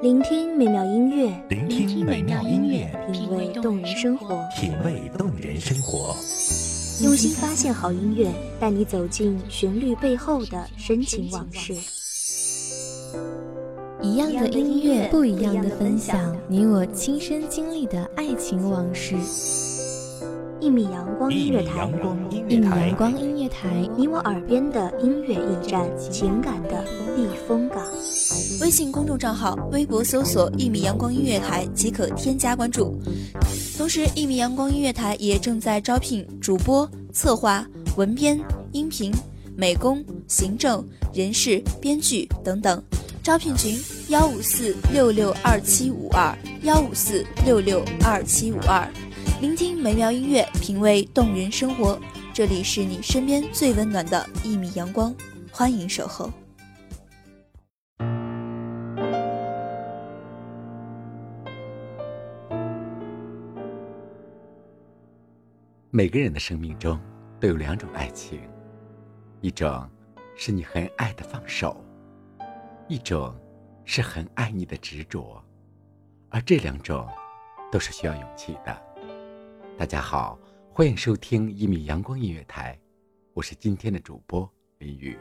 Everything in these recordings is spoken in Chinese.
聆听美妙音乐， 聆听美妙音乐， 品味动人生活， 品味动人生活。 用心发现好音乐，带你走进旋律背后的深情往事。 一样的音乐，不一样的分享，你我亲身经历的爱情往事。 一米阳光音乐台， 一米阳光音乐台， 你我耳边的音乐驿站，情感的避风港。 微信公众账号、微博搜索一米阳光音乐台即可添加关注。同时，一米阳光音乐台也正在招聘主播、策划、文编、音频、美工、行政、人事、编剧等等。招聘群154662752，154662752。聆听美妙音乐，品味动人生活。这里是你身边最温暖的一米阳光，欢迎守候。 每个人的生命中都有两种爱情，一种是你很爱的放手，一种是很爱你的执着，而这两种都是需要勇气的。大家好，欢迎收听一米阳光音乐台，我是今天的主播林宇。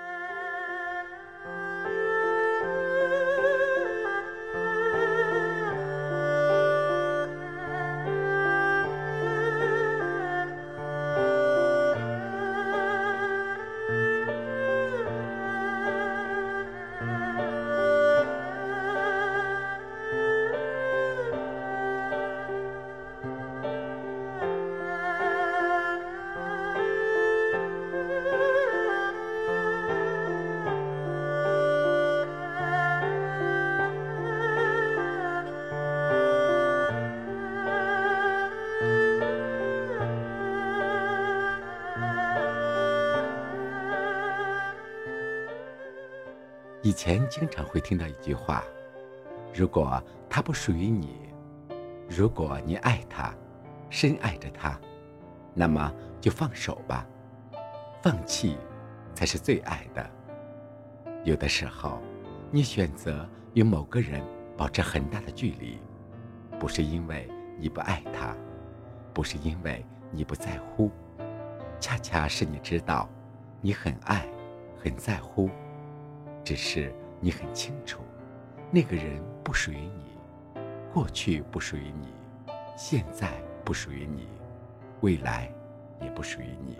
以前经常会听到一句话，如果他不属于你，如果你爱他，深爱着他，那么就放手吧，放弃才是最爱的。有的时候，你选择与某个人保持很大的距离，不是因为你不爱他，不是因为你不在乎，恰恰是你知道你很爱，很在乎，只是你很清楚，那个人不属于你，过去不属于你，现在不属于你，未来也不属于你。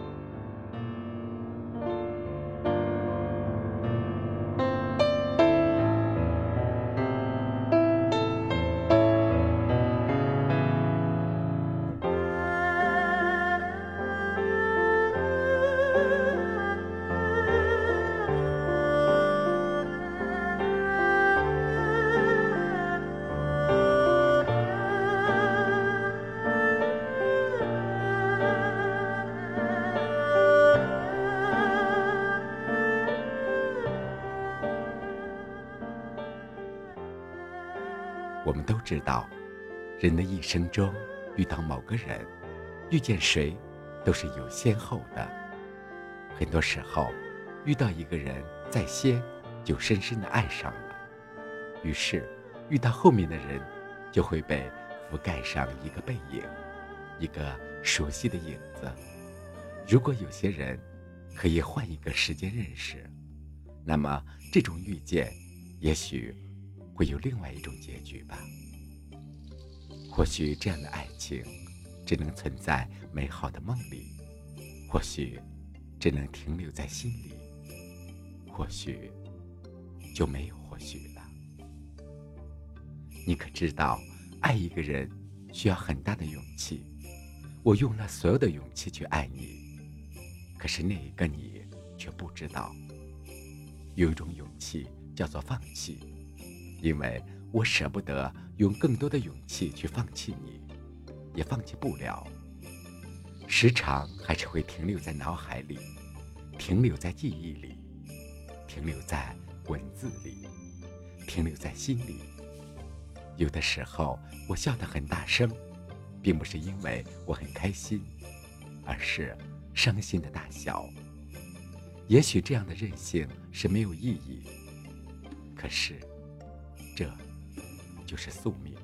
我们都知道，人的一生中遇到某个人，遇见谁都是有先后的。很多时候，遇到一个人在先就深深地爱上了，于是遇到后面的人就会被覆盖上一个背影，一个熟悉的影子。如果有些人可以换一个时间认识，那么这种遇见也许会有另外一种结局吧。或许这样的爱情只能存在美好的梦里，或许只能停留在心里，或许就没有或许了。你可知道，爱一个人需要很大的勇气，我用了所有的勇气去爱你，可是那一个你却不知道，有一种勇气叫做放弃，因为我舍不得用更多的勇气去放弃你，也放弃不了，时常还是会停留在脑海里，停留在记忆里，停留在文字里，停留在心里。有的时候我笑得很大声，并不是因为我很开心，而是伤心的大笑。也许这样的任性是没有意义，可是这就是宿命。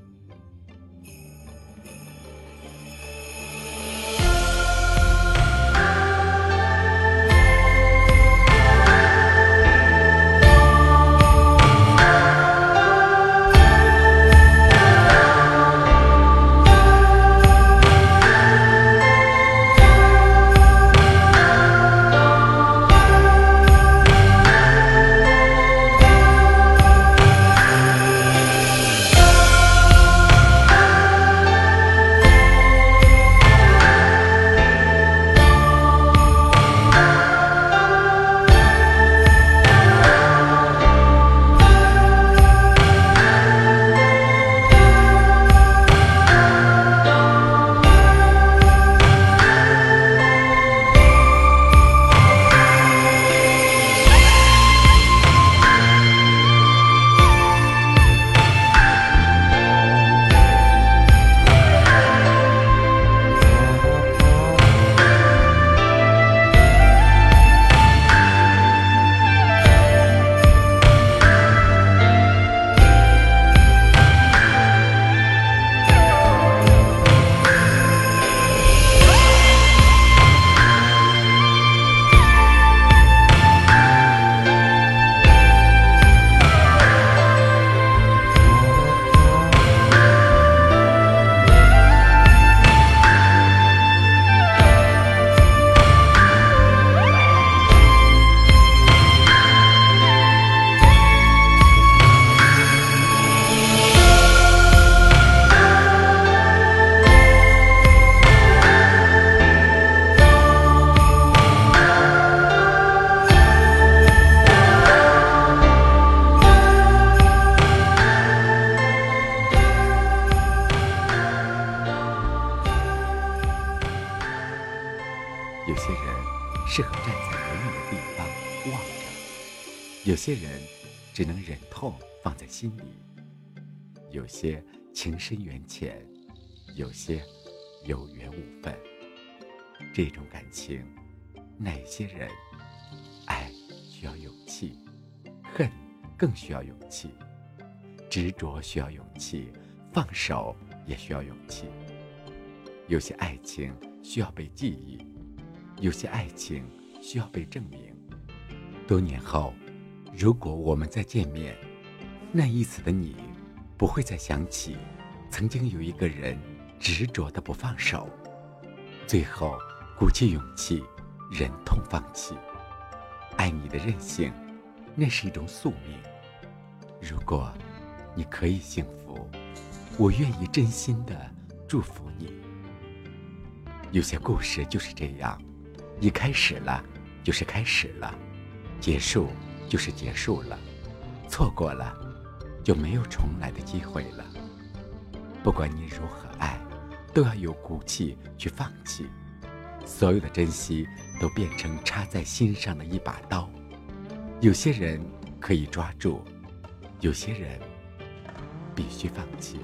有些人适合站在远远的地方望着，有些人只能忍痛放在心里，有些情深缘浅，有些有缘无分。这种感情，哪些人爱需要勇气，恨更需要勇气，执着需要勇气，放手也需要勇气。有些爱情需要被记忆，有些爱情需要被证明。多年后，如果我们再见面，那一次的你不会再想起曾经有一个人执着的不放手，最后鼓起勇气忍痛放弃。爱你的任性，那是一种宿命。如果你可以幸福，我愿意真心的祝福你。有些故事就是这样，一开始了就是开始了，结束就是结束了，错过了就没有重来的机会了。不管你如何爱，都要有骨气去放弃，所有的珍惜都变成插在心上的一把刀。有些人可以抓住，有些人必须放弃。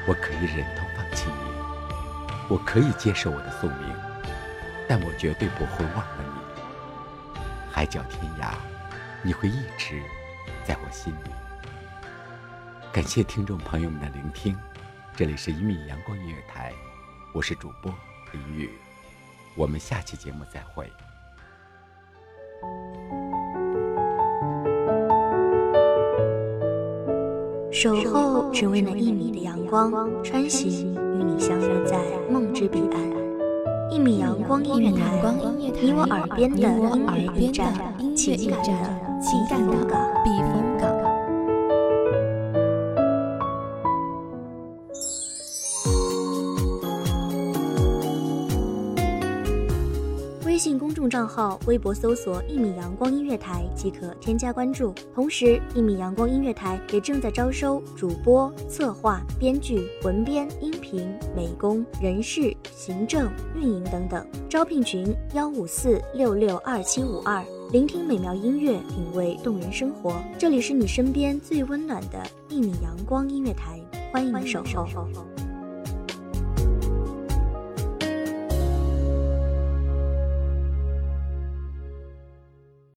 我可以忍痛放弃你，我可以接受我的宿命，但我绝对不会忘了你。海角天涯，你会一直在我心里。感谢听众朋友们的聆听，这里是1米阳光音乐台，我是主播林宇，我们下期节目再会。 守候只为那1米的阳光，穿行与你相约在梦之彼岸。1米阳光音乐台，你我耳边的音乐驿站，情感的避风港。微信公众账号、微博搜索“1米阳光音乐台”即可添加关注。同时，1米阳光音乐台也正在招收主播、策划、编剧、文编、音频、美工、人事、行政、运营等等。招聘群154662752。聆听美妙音乐，品味动人生活。这里是你身边最温暖的1米阳光音乐台，欢迎守候。